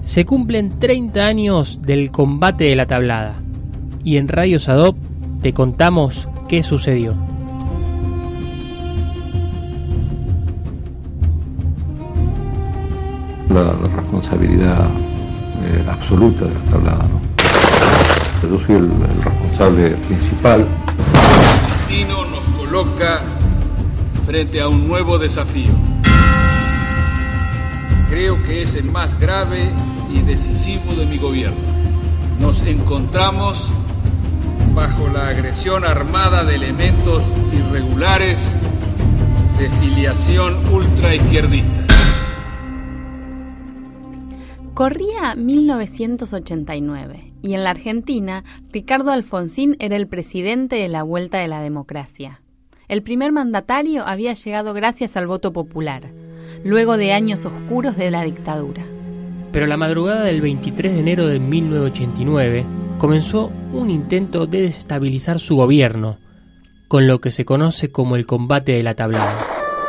Se cumplen 30 años del combate de la Tablada y en Radio Sadop te contamos qué sucedió. La responsabilidad absoluta de la Tablada, ¿no? Yo soy el responsable principal. El destino nos coloca frente a un nuevo desafío. Creo que es el más grave y decisivo de mi gobierno. Nos encontramos bajo la agresión armada de elementos irregulares de filiación ultraizquierdista. Corría 1989 y en la Argentina Ricardo Alfonsín era el presidente de la vuelta de la democracia. El primer mandatario había llegado gracias al voto popular, luego de años oscuros de la dictadura. Pero la madrugada del 23 de enero de 1989 comenzó un intento de desestabilizar su gobierno, con lo que se conoce como el combate de la Tablada.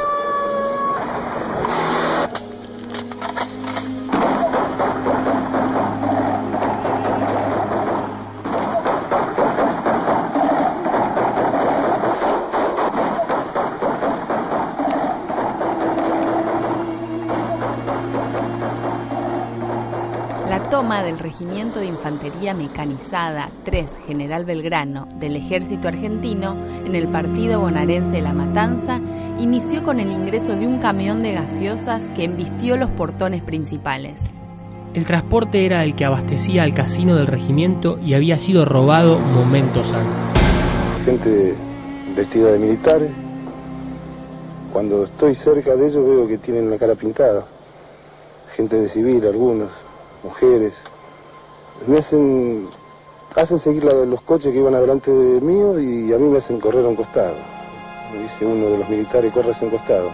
La toma del Regimiento de Infantería Mecanizada 3 General Belgrano del Ejército Argentino en el partido bonaerense de La Matanza inició con el ingreso de un camión de gaseosas que embistió los portones principales. El transporte era el que abastecía al casino del regimiento y había sido robado momentos antes. Gente vestida de militares. Cuando estoy cerca de ellos veo que tienen la cara pintada. Gente de civil, algunos. Mujeres, hacen seguir los coches que iban adelante de mío y a mí me hacen correr a un costado. Me dice uno de los militares, corre hacia un costado.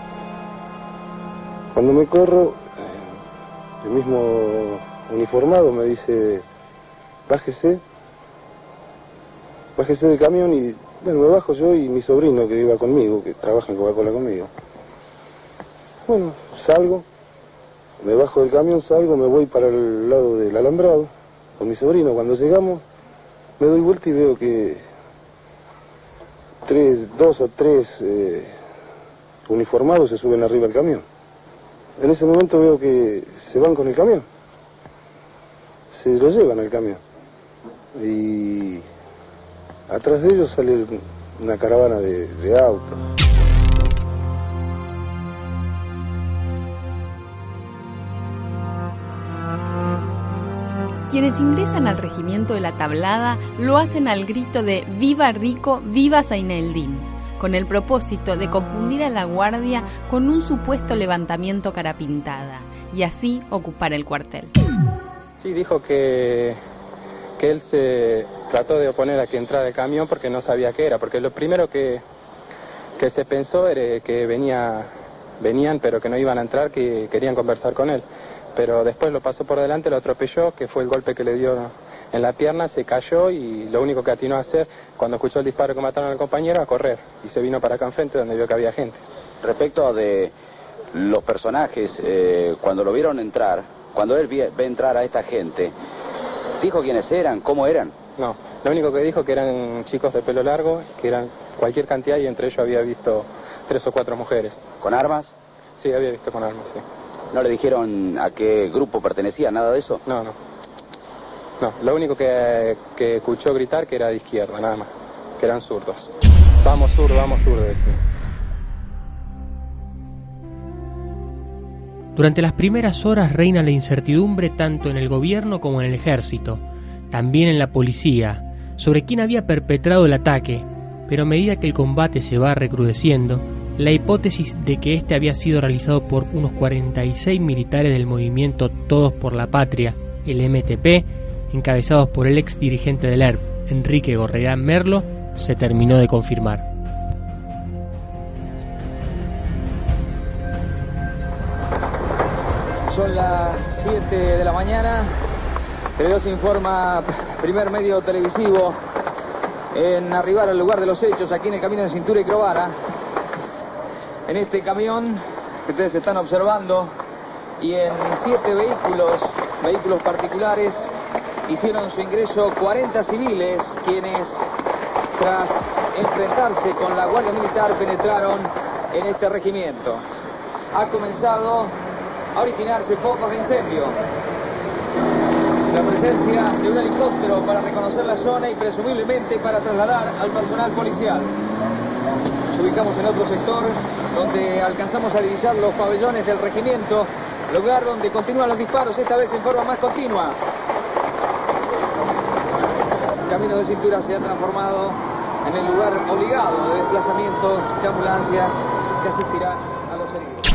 Cuando me corro, el mismo uniformado me dice, bájese del camión y bueno, me bajo yo y mi sobrino que iba conmigo, que trabaja en Coca-Cola conmigo. Bueno, salgo. Me bajo del camión, salgo, me voy para el lado del alambrado con mi sobrino. Cuando llegamos, me doy vuelta y veo que dos o tres uniformados se suben arriba del camión. En ese momento veo que se van con el camión. Se lo llevan al camión. Y atrás de ellos sale una caravana de autos. Quienes ingresan al Regimiento de la Tablada lo hacen al grito de ¡Viva Rico, viva Zaineldin!, con el propósito de confundir a la guardia con un supuesto levantamiento cara pintada y así ocupar el cuartel. Sí, dijo que él se trató de oponer a que entrara el camión porque no sabía qué era, porque lo primero que se pensó era que venían pero que no iban a entrar, que querían conversar con él. Pero después lo pasó por delante, lo atropelló, que fue el golpe que le dio en la pierna, se cayó y lo único que atinó a hacer, cuando escuchó el disparo que mataron al compañero, a correr. Y se vino para acá enfrente donde vio que había gente. Respecto de los personajes, cuando lo vieron entrar, cuando él ve entrar a esta gente, ¿dijo quiénes eran? ¿Cómo eran? No, lo único que dijo que eran chicos de pelo largo, que eran cualquier cantidad y entre ellos había visto 3 o 4 mujeres. ¿Con armas? Sí, había visto con armas, sí. ¿No le dijeron a qué grupo pertenecía, nada de eso? No, lo único que escuchó gritar que era de izquierda, nada más, que eran zurdos. Vamos zurdo, decía. Durante las primeras horas reina la incertidumbre tanto en el gobierno como en el ejército, también en la policía, sobre quién había perpetrado el ataque, pero a medida que el combate se va recrudeciendo, la hipótesis de que este había sido realizado por unos 46 militares del movimiento Todos por la Patria, el MTP, encabezados por el ex dirigente del ERP, Enrique Gorrerán Merlo, se terminó de confirmar. Son las 7 de la mañana. TV2 informa, primer medio televisivo en arribar al lugar de los hechos, aquí en el camino de Cintura y Crovara. En este camión que ustedes están observando y en 7 vehículos vehículos particulares. Hicieron su ingreso 40 civiles, quienes tras enfrentarse con la Guardia Militar penetraron en este regimiento. Ha comenzado a originarse focos de incendio. La presencia de un helicóptero para reconocer la zona y presumiblemente para trasladar al personal policial. Nos ubicamos en otro sector donde alcanzamos a divisar los pabellones del regimiento, lugar donde continúan los disparos, esta vez en forma más continua. El camino de cintura se ha transformado en el lugar obligado de desplazamiento de ambulancias que asistirán a los heridos.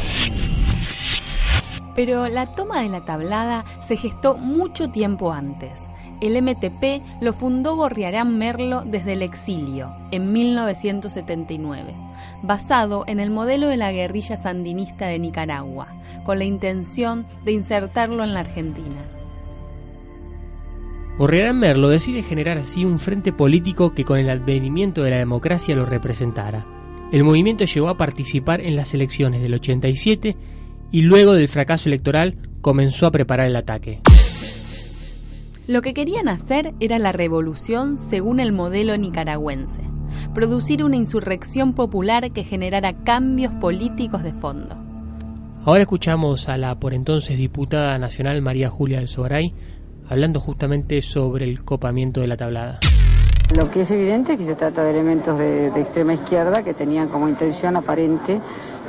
Pero la toma de la Tablada se gestó mucho tiempo antes. El MTP lo fundó Gorriarán Merlo desde el exilio, en 1979, basado en el modelo de la guerrilla sandinista de Nicaragua, con la intención de insertarlo en la Argentina. Gorriarán Merlo decide generar así un frente político que con el advenimiento de la democracia lo representara. El movimiento llegó a participar en las elecciones del 87 y luego del fracaso electoral comenzó a preparar el ataque. Lo que querían hacer era la revolución según el modelo nicaragüense, producir una insurrección popular que generara cambios políticos de fondo. Ahora escuchamos a la por entonces diputada nacional María Julia Alzogaray hablando justamente sobre el copamiento de la Tablada. Lo que es evidente es que se trata de elementos de extrema izquierda que tenían como intención aparente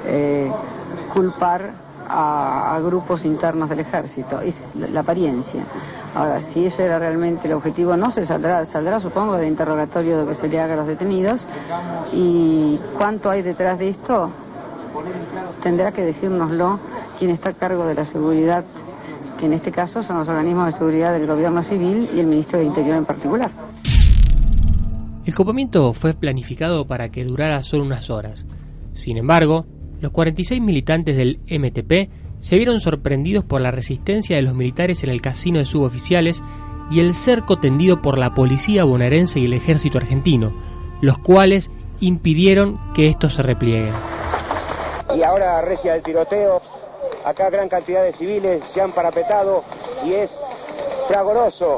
culpar a grupos internos del ejército. Es la apariencia. Ahora, si eso era realmente el objetivo, no se saldrá supongo del interrogatorio que se le haga a los detenidos. Y cuánto hay detrás de esto tendrá que decírnoslo quien está a cargo de la seguridad, que en este caso son los organismos de seguridad del gobierno civil y el Ministro del Interior en particular. El copamiento fue planificado para que durara solo unas horas. Sin embargo, los 46 militantes del MTP se vieron sorprendidos por la resistencia de los militares en el casino de suboficiales y el cerco tendido por la policía bonaerense y el ejército argentino, los cuales impidieron que estos se replieguen. Y ahora recia el tiroteo, acá gran cantidad de civiles se han parapetado y es fragoroso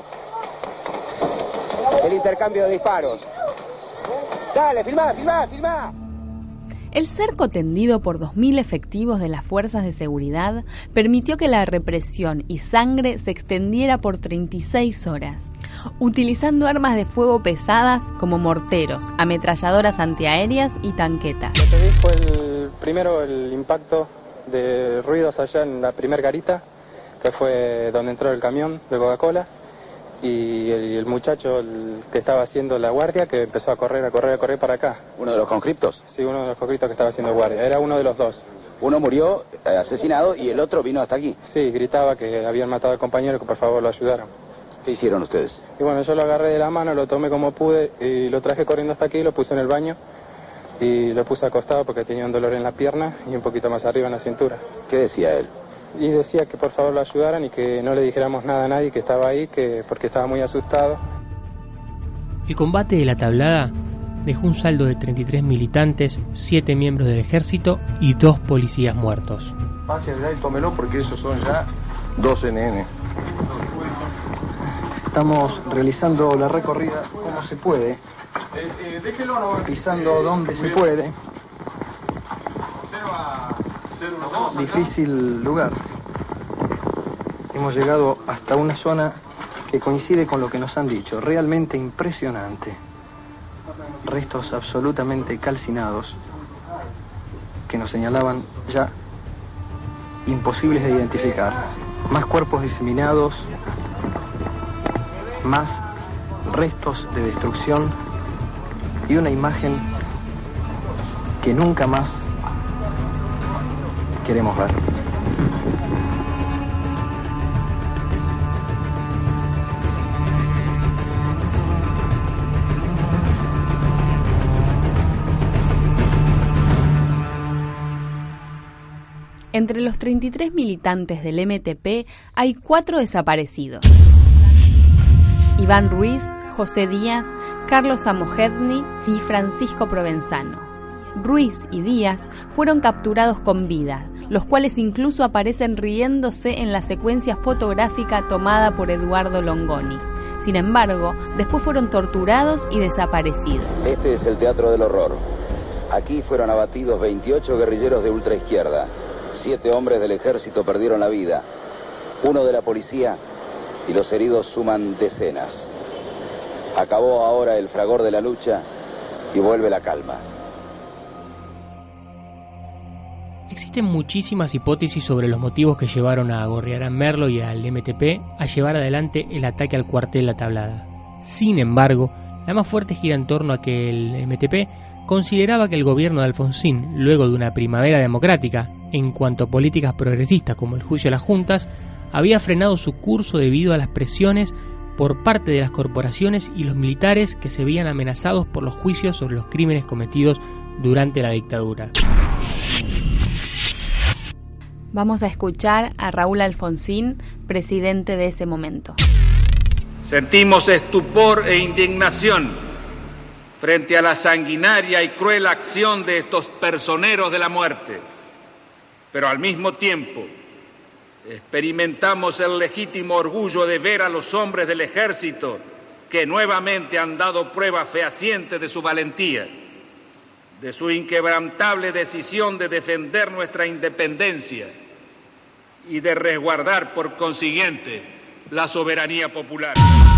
el intercambio de disparos. Dale, filmá. El cerco tendido por 2.000 efectivos de las fuerzas de seguridad permitió que la represión y sangre se extendiera por 36 horas, utilizando armas de fuego pesadas como morteros, ametralladoras antiaéreas y tanquetas. Lo que vi fue primero el impacto de ruidos allá en la primer garita, que fue donde entró el camión de Coca-Cola, y el muchacho que estaba haciendo la guardia, que empezó a correr para acá. ¿Uno de los conscriptos? Sí, uno de los conscriptos que estaba haciendo guardia. Era uno de los dos. Uno murió asesinado y el otro vino hasta aquí. Sí, gritaba que habían matado al compañero, que por favor lo ayudaran. ¿Qué hicieron ustedes? Y bueno, yo lo agarré de la mano, lo tomé como pude y lo traje corriendo hasta aquí, lo puse en el baño y lo puse acostado porque tenía un dolor en la pierna y un poquito más arriba en la cintura. ¿Qué decía él? Y decía que por favor lo ayudaran y que no le dijéramos nada a nadie que estaba ahí, porque estaba muy asustado. El combate de la Tablada dejó un saldo de 33 militantes, 7 miembros del ejército y 2 policías muertos. Pase allá y tómelo porque esos son ya 2 NN. Estamos realizando la recorrida como se puede, pisando donde se puede. Difícil lugar. Hemos llegado hasta una zona que coincide con lo que nos han dicho, realmente impresionante. Restos absolutamente calcinados que nos señalaban ya imposibles de identificar. Más cuerpos diseminados, más restos de destrucción y una imagen que nunca más queremos ver. Entre los 33 militantes del MTP hay 4 desaparecidos: Iván Ruiz, José Díaz, Carlos Amojedny y Francisco Provenzano. Ruiz y Díaz fueron capturados con vida, los cuales incluso aparecen riéndose en la secuencia fotográfica tomada por Eduardo Longoni. Sin embargo, después fueron torturados y desaparecidos. Este es el Teatro del Horror. Aquí fueron abatidos 28 guerrilleros de ultraizquierda. 7 hombres del ejército perdieron la vida, 1 de la policía, y los heridos suman decenas. Acabó ahora el fragor de la lucha y vuelve la calma. Existen muchísimas hipótesis sobre los motivos que llevaron a Gorriarán Merlo y al MTP a llevar adelante el ataque al cuartel La Tablada. Sin embargo, la más fuerte gira en torno a que el MTP consideraba que el gobierno de Alfonsín, luego de una primavera democrática, en cuanto a políticas progresistas como el juicio a las juntas, había frenado su curso debido a las presiones por parte de las corporaciones y los militares que se veían amenazados por los juicios sobre los crímenes cometidos durante la dictadura. Vamos a escuchar a Raúl Alfonsín, presidente de ese momento. Sentimos estupor e indignación frente a la sanguinaria y cruel acción de estos personeros de la muerte, pero al mismo tiempo experimentamos el legítimo orgullo de ver a los hombres del ejército que nuevamente han dado prueba fehaciente de su valentía, de su inquebrantable decisión de defender nuestra independencia y de resguardar, por consiguiente, la soberanía popular.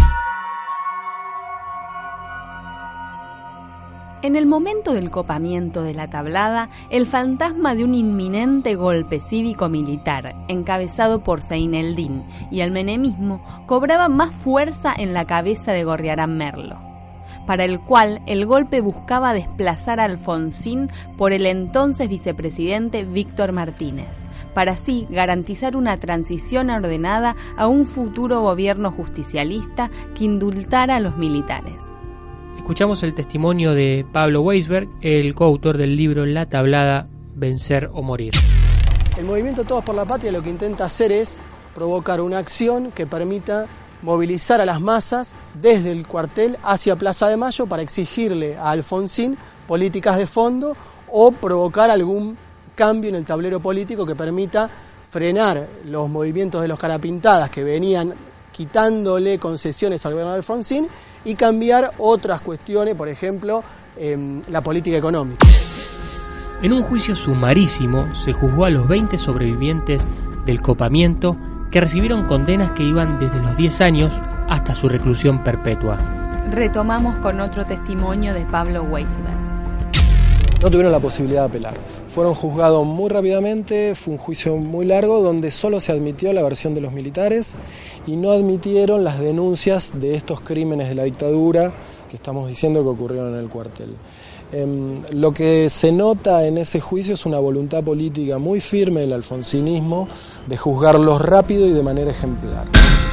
En el momento del copamiento de La Tablada, el fantasma de un inminente golpe cívico-militar, encabezado por Zaineldin y el menemismo, cobraba más fuerza en la cabeza de Gorriarán Merlo, para el cual el golpe buscaba desplazar a Alfonsín por el entonces vicepresidente Víctor Martínez, para así garantizar una transición ordenada a un futuro gobierno justicialista que indultara a los militares. Escuchamos el testimonio de Pablo Weisberg, el coautor del libro La Tablada, Vencer o Morir. El movimiento Todos por la Patria lo que intenta hacer es provocar una acción que permita movilizar a las masas desde el cuartel hacia Plaza de Mayo para exigirle a Alfonsín políticas de fondo o provocar algún cambio en el tablero político que permita frenar los movimientos de los carapintadas que venían quitándole concesiones al gobierno de Alfonsín y cambiar otras cuestiones, por ejemplo, la política económica. En un juicio sumarísimo se juzgó a los 20 sobrevivientes del copamiento que recibieron condenas que iban desde los 10 años hasta su reclusión perpetua. Retomamos con otro testimonio de Pablo Weisberg. No tuvieron la posibilidad de apelar. Fueron juzgados muy rápidamente, fue un juicio muy largo donde solo se admitió la versión de los militares y no admitieron las denuncias de estos crímenes de la dictadura que estamos diciendo que ocurrieron en el cuartel. Lo que se nota en ese juicio es una voluntad política muy firme del alfonsinismo de juzgarlos rápido y de manera ejemplar.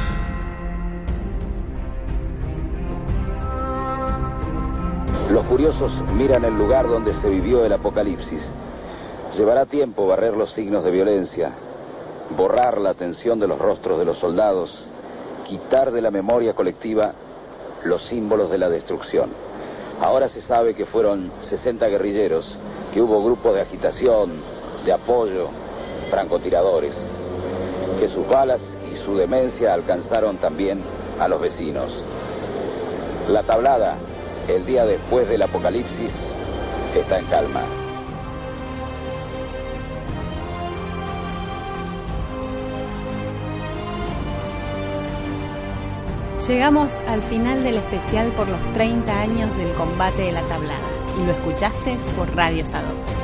Los curiosos miran el lugar donde se vivió el apocalipsis. Llevará tiempo barrer los signos de violencia, borrar la tensión de los rostros de los soldados, quitar de la memoria colectiva los símbolos de la destrucción. Ahora se sabe que fueron 60 guerrilleros, que hubo grupos de agitación, de apoyo, francotiradores, que sus balas y su demencia alcanzaron también a los vecinos. La Tablada, el día después del apocalipsis, está en calma. Llegamos al final del especial por los 30 años del combate de La Tablada y lo escuchaste por Radio Sadot.